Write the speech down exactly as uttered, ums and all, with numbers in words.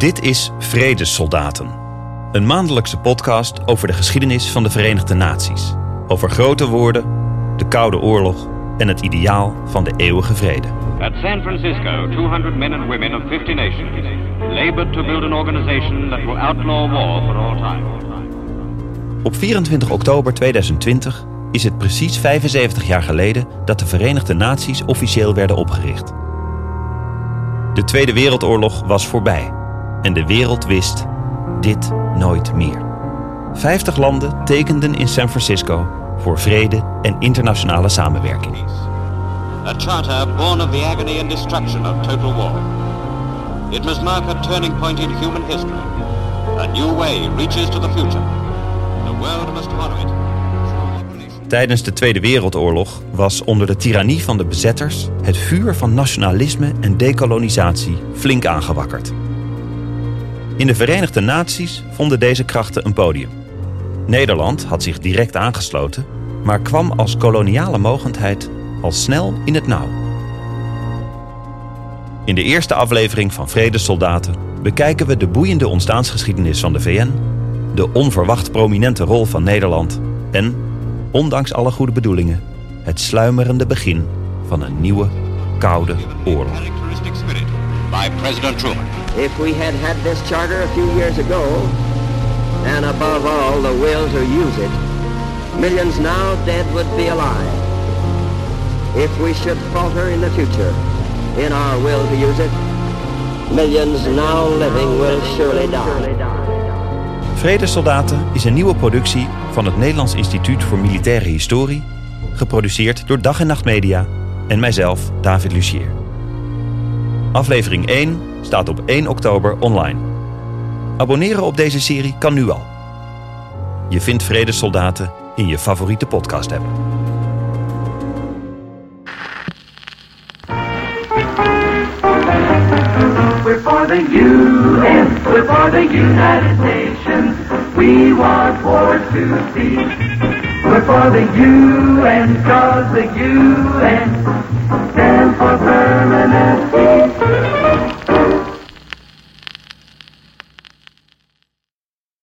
Dit is Vredessoldaten. Een maandelijkse podcast over de geschiedenis van de Verenigde Naties. Over grote woorden, de Koude Oorlog en het ideaal van de eeuwige vrede. At San Francisco, two hundred men and women of fifty nations labored to build an organization that will outlaw war for all time. Op vierentwintig oktober tweeduizend twintig is het precies vijfenzeventig jaar geleden dat de Verenigde Naties officieel werden opgericht. De Tweede Wereldoorlog was voorbij en de wereld wist dit nooit meer. Vijftig landen tekenden in San Francisco voor vrede en internationale samenwerking. A charter born of the agony and destruction of total war. It must mark a turning point in human history. A new way reaches to the future. The world must honor it. Tijdens de Tweede Wereldoorlog was onder de tirannie van de bezetters het vuur van nationalisme en dekolonisatie flink aangewakkerd. In de Verenigde Naties vonden deze krachten een podium. Nederland had zich direct aangesloten, maar kwam als koloniale mogendheid al snel in het nauw. In de eerste aflevering van Vredessoldaten bekijken we de boeiende ontstaansgeschiedenis van de V N, de onverwacht prominente rol van Nederland en, ondanks alle goede bedoelingen, het sluimerende begin van een nieuwe Koude Oorlog. By President Truman. If we had had this charter a few years ago, and above all the will to use it, millions now dead would be alive. If we should falter in the future in our will to use it, millions now living will surely die. Vredessoldaten is een nieuwe productie van het Nederlands Instituut voor Militaire Historie, geproduceerd door Dag en Nacht Media en mijzelf, David Lucier. Aflevering één staat op één oktober online. Abonneren op deze serie kan nu al. Je vindt Vredessoldaten in je favoriete podcast-app. We're for the U N, we're for the United Nations. We want war to cease. We're for the U N, cause the U N stands for permanent peace.